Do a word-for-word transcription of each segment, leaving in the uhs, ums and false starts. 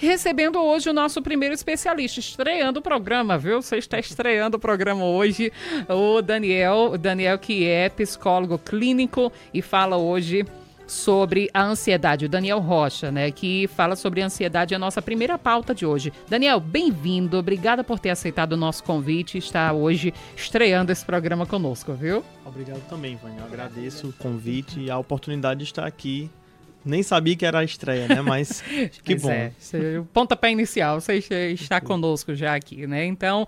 recebendo hoje o nosso primeiro especialista, estreando o programa, viu? Você está estreando o programa hoje, o Daniel, o Daniel que é psicólogo clínico e fala hoje sobre a ansiedade, o Daniel Rocha, né, que fala sobre a ansiedade, é a nossa primeira pauta de hoje. Daniel, bem-vindo, obrigada por ter aceitado o nosso convite e estar hoje estreando esse programa conosco, viu? Obrigado também, Vânia, eu agradeço o convite e a oportunidade de estar aqui. Nem sabia que era a estreia, né? Mas que bom. É, o pontapé inicial, você está conosco já aqui, né? Então,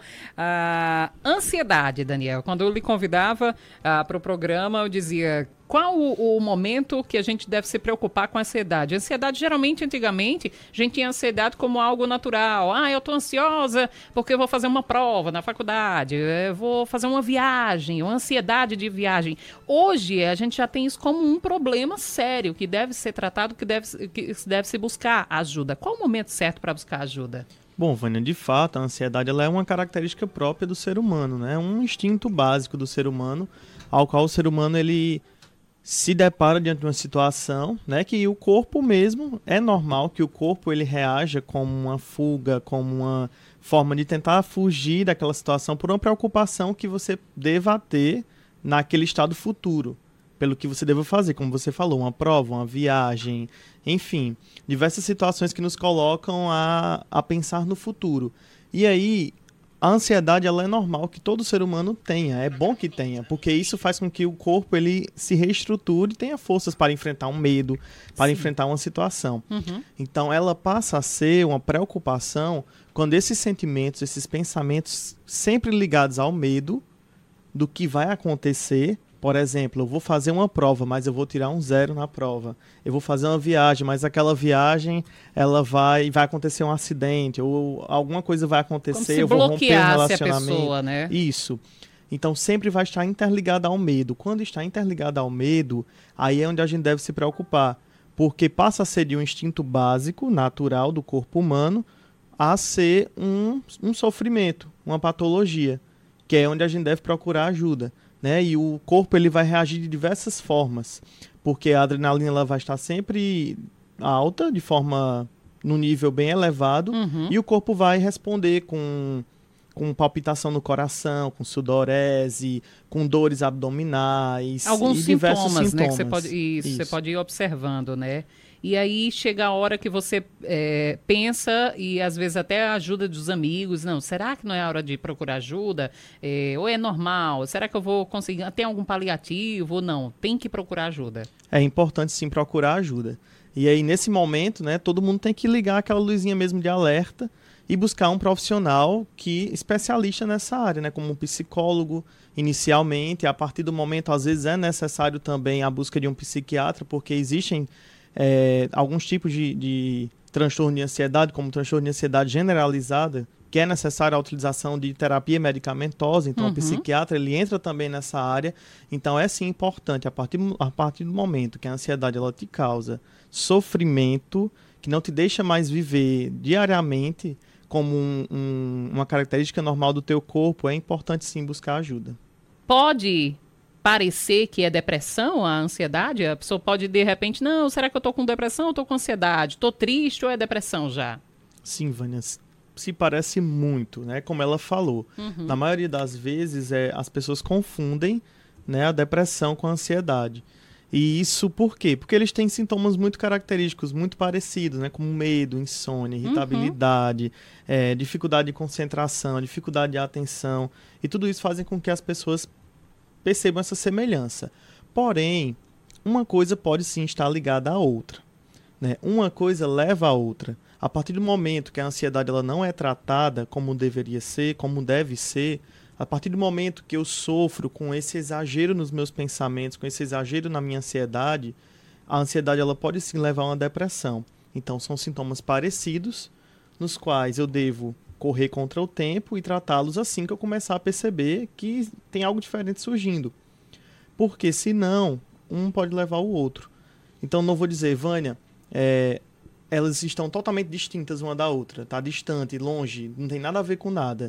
a ansiedade, Daniel, quando eu lhe convidava uh, para o programa, eu dizia... Qual o, o momento que a gente deve se preocupar com a ansiedade? A ansiedade, geralmente, antigamente, a gente tinha ansiedade como algo natural. Ah, eu estou ansiosa porque eu vou fazer uma prova na faculdade, eu vou fazer uma viagem, uma ansiedade de viagem. Hoje, a gente já tem isso como um problema sério, que deve ser tratado, que deve, que deve se buscar ajuda. Qual o momento certo para buscar ajuda? Bom, Vânia, de fato, a ansiedade ela é uma característica própria do ser humano, né? Um instinto básico do ser humano, ao qual o ser humano, ele... se depara diante de uma situação, né, que o corpo mesmo, é normal que o corpo ele reaja como uma fuga, como uma forma de tentar fugir daquela situação por uma preocupação que você deva ter naquele estado futuro, pelo que você deva fazer, como você falou, uma prova, uma viagem, enfim, diversas situações que nos colocam a, a pensar no futuro. E aí... a ansiedade ela é normal que todo ser humano tenha, é bom que tenha, porque isso faz com que o corpo ele se reestruture e tenha forças para enfrentar um medo, para Sim. enfrentar uma situação. Uhum. Então ela passa a ser uma preocupação quando esses sentimentos, esses pensamentos sempre ligados ao medo do que vai acontecer. Por exemplo, eu vou fazer uma prova, mas eu vou tirar um zero na prova. Eu vou fazer uma viagem, mas aquela viagem ela vai, vai acontecer um acontecer ou alguma coisa vai acontecer, eu vou romper um relacionamento. A pessoa, né? Isso. Então sempre vai estar interligado ao medo. Quando está interligado ao medo, aí é onde a gente deve se preocupar, porque passa a ser de um instinto básico, natural do corpo humano, a ser um, um sofrimento, uma patologia, que é onde a gente deve procurar ajuda. Né? E o corpo ele vai reagir de diversas formas, porque a adrenalina ela vai estar sempre alta, de forma, num nível bem elevado, uhum. e o corpo vai responder com, com palpitação no coração, com sudorese, com dores abdominais, alguns e sintomas, diversos sintomas. Né, que você pode, isso, isso. Você pode ir observando, né? E aí chega a hora que você é, pensa e às vezes até a ajuda dos amigos. Não, será que não é a hora de procurar ajuda? É, ou é normal? Será que eu vou conseguir? Tem algum paliativo? Não, tem que procurar ajuda. É importante sim procurar ajuda. E aí nesse momento, né, todo mundo tem que ligar aquela luzinha mesmo de alerta e buscar um profissional que especialista nessa área, né, como um psicólogo inicialmente. A partir do momento, às vezes é necessário também a busca de um psiquiatra, porque existem É, alguns tipos de, de transtorno de ansiedade, como transtorno de ansiedade generalizada, que é necessária a utilização de terapia medicamentosa. Então, uhum. o psiquiatra ele entra também nessa área. Então, é sim importante, a partir, a partir do momento que a ansiedade ela te causa sofrimento, que não te deixa mais viver diariamente como um, um, uma característica normal do teu corpo, é importante sim buscar ajuda. Pode parecer que é depressão, a ansiedade? A pessoa pode, de repente, não, será que eu estou com depressão ou estou com ansiedade? Estou triste ou é depressão já? Sim, Vânia, se parece muito, né? Como ela falou. Uhum. Na maioria das vezes, é, as pessoas confundem, né, a depressão com a ansiedade. E isso por quê? Porque eles têm sintomas muito característicos, muito parecidos, né? Como medo, insônia, irritabilidade, uhum. é, dificuldade de concentração, dificuldade de atenção. E tudo isso fazem com que as pessoas percebam essa semelhança. Porém, uma coisa pode sim estar ligada à outra, né? Uma coisa leva à outra. A partir do momento que a ansiedade ela não é tratada como deveria ser, como deve ser, a partir do momento que eu sofro com esse exagero nos meus pensamentos, com esse exagero na minha ansiedade, a ansiedade ela pode sim levar a uma depressão. Então, são sintomas parecidos, nos quais eu devo correr contra o tempo e tratá-los assim que eu começar a perceber que tem algo diferente surgindo. Porque, senão, um pode levar o outro. Então, não vou dizer, Vânia, é, elas estão totalmente distintas uma da outra. Está distante, longe, não tem nada a ver com nada.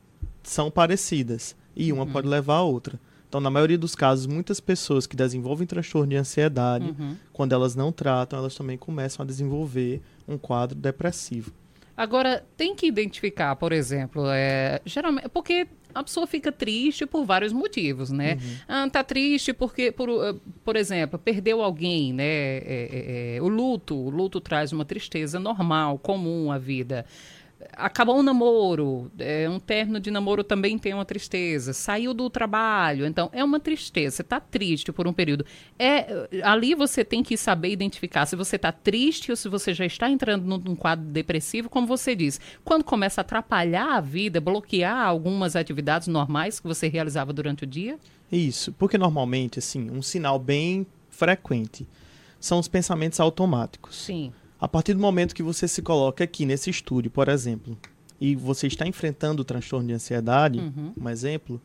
São parecidas. E uma uhum. pode levar a outra. Então, na maioria dos casos, muitas pessoas que desenvolvem transtorno de ansiedade, uhum. quando elas não tratam, elas também começam a desenvolver um quadro depressivo. Agora, tem que identificar, por exemplo, é, geralmente, porque a pessoa fica triste por vários motivos, né? Uhum. Ah, tá triste porque, por, por exemplo, perdeu alguém, né? É, é, é, o luto, o luto traz uma tristeza normal, comum à vida. Acabou um namoro, é, um término de namoro também tem uma tristeza. Saiu do trabalho, então é uma tristeza. Você está triste por um período. É, ali você tem que saber identificar se você está triste ou se você já está entrando num, num quadro depressivo, como você diz. Quando começa a atrapalhar a vida, bloquear algumas atividades normais que você realizava durante o dia? Isso, porque normalmente, assim, um sinal bem frequente são os pensamentos automáticos. Sim. A partir do momento que você se coloca aqui nesse estúdio, por exemplo, e você está enfrentando o transtorno de ansiedade, uhum. um exemplo,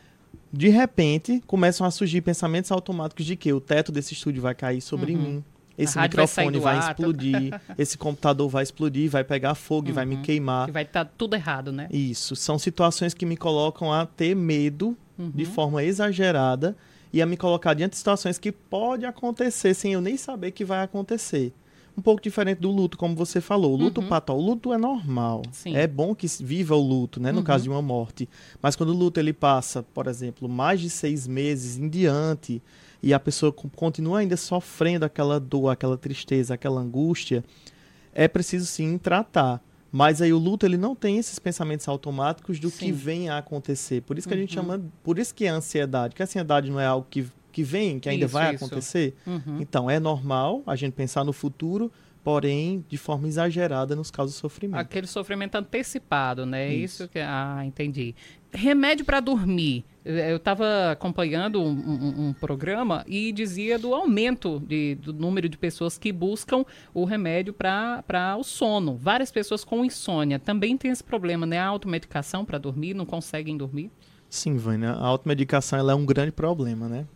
de repente começam a surgir pensamentos automáticos de que o teto desse estúdio vai cair sobre uhum. mim, esse microfone vai, vai explodir, esse computador vai explodir, vai pegar fogo uhum. e vai me queimar. E vai estar tudo errado, né? Isso, são situações que me colocam a ter medo uhum. de forma exagerada e a me colocar diante de situações que pode acontecer sem eu nem saber que vai acontecer. Um pouco diferente do luto, como você falou. O luto uhum. patológico, o luto é normal. Sim. É bom que viva o luto, né? No uhum. caso de uma morte. Mas quando o luto ele passa, por exemplo, mais de seis meses em diante, e a pessoa continua ainda sofrendo aquela dor, aquela tristeza, aquela angústia, é preciso sim tratar. Mas aí o luto ele não tem esses pensamentos automáticos do sim. que vem a acontecer. Por isso que uhum. a gente chama, por isso que é a ansiedade. Que a ansiedade não é algo que que vem, que ainda isso, vai isso. acontecer. Uhum. Então, é normal a gente pensar no futuro, porém, de forma exagerada nos casos de sofrimento. Aquele sofrimento antecipado, né? Isso, isso que... Ah, entendi. Remédio para dormir. Eu estava acompanhando um, um, um programa e dizia do aumento de, do número de pessoas que buscam o remédio para o sono. Várias pessoas com insônia também têm esse problema, né? A automedicação para dormir, não conseguem dormir. Sim, Vânia. A automedicação ela é um grande problema, né?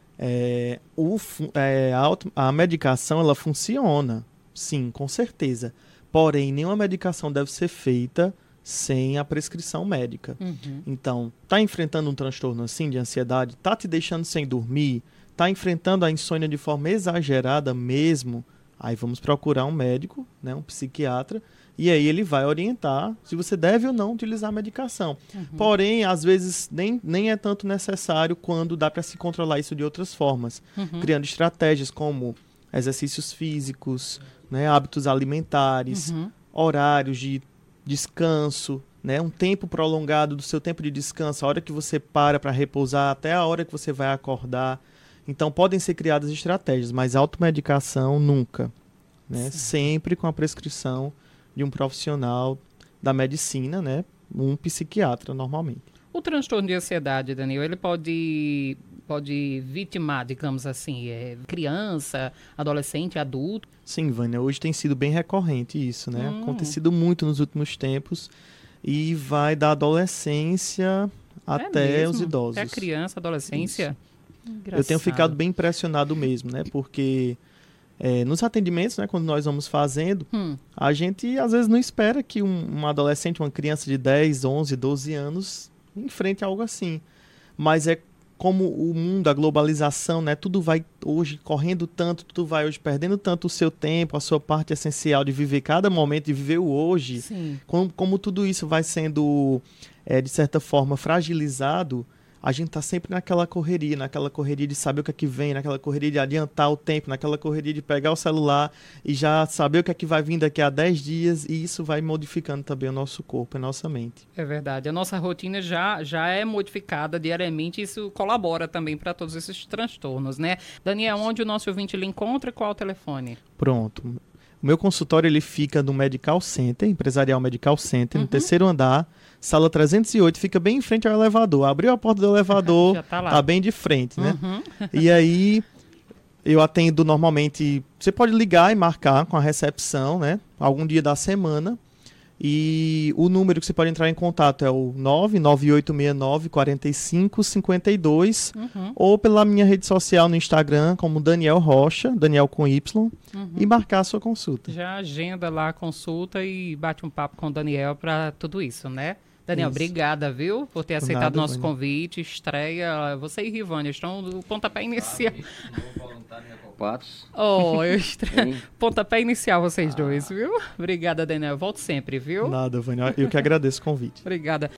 É, o, é, a, auto, a medicação ela funciona, sim, com certeza. Porém, nenhuma medicação deve ser feita sem a prescrição médica. Uhum. Então, tá enfrentando um transtorno assim de ansiedade, tá te deixando sem dormir, tá enfrentando a insônia de forma exagerada mesmo, aí vamos procurar um médico, né, um psiquiatra, e aí ele vai orientar se você deve ou não utilizar a medicação. Uhum. Porém, às vezes, nem, nem é tanto necessário quando dá para se controlar isso de outras formas. Uhum. Criando estratégias como exercícios físicos, né, hábitos alimentares, uhum. horários de descanso, né, um tempo prolongado do seu tempo de descanso, a hora que você para para repousar até a hora que você vai acordar. Então, podem ser criadas estratégias, mas automedicação nunca. Né? Sempre com a prescrição de um profissional da medicina, né? Um psiquiatra, normalmente. O transtorno de ansiedade, Daniel, ele pode, pode vitimar, digamos assim, é, criança, adolescente, adulto? Sim, Vânia, hoje tem sido bem recorrente isso, né? Hum. Acontecido muito nos últimos tempos e vai da adolescência até mesmo? os idosos. Até a criança, adolescência? Eu tenho ficado bem impressionado mesmo, né? Porque é, nos atendimentos, né, quando nós vamos fazendo, hum. a gente às vezes não espera que um, um adolescente, uma criança de dez, onze, doze anos enfrente algo assim. Mas é como o mundo, a globalização, né, tudo vai hoje correndo tanto, tudo vai hoje perdendo tanto o seu tempo, a sua parte essencial de viver cada momento, de viver o hoje. Como, como tudo isso vai sendo, é, de certa forma, fragilizado, a gente tá sempre naquela correria, naquela correria de saber o que é que vem, naquela correria de adiantar o tempo, naquela correria de pegar o celular e já saber o que é que vai vir daqui a dez dias, e isso vai modificando também o nosso corpo, a nossa mente. É verdade. A nossa rotina já, já é modificada diariamente e isso colabora também para todos esses transtornos, né? Daniel, onde o nosso ouvinte lhe encontra, qual é o telefone? Pronto. O meu consultório ele fica no Medical Center, Empresarial Medical Center, uhum. no terceiro andar, sala trezentos e oito, fica bem em frente ao elevador. Abriu a porta do elevador, já tá lá. Tá bem de frente, né? Uhum. E aí, eu atendo normalmente... Você pode ligar e marcar com a recepção, né? Algum dia da semana. E o número que você pode entrar em contato é o nove nove oito seis nove, quatro cinco cinco dois, uhum. ou pela minha rede social no Instagram, como Daniel Rocha, Daniel com Y, uhum. e marcar a sua consulta. Já agenda lá a consulta e bate um papo com o Daniel para tudo isso, né? Daniel, isso. Obrigada, viu, por ter aceitado o nosso Vânia. Convite, estreia. Você e Rivânia estão do pontapé inicial. sapatos. Oh, eu estra... Pontapé inicial vocês ah. dois, viu? Obrigada, Daniel. Volto sempre, viu? Nada, Vânia. Eu que agradeço o convite. Obrigada.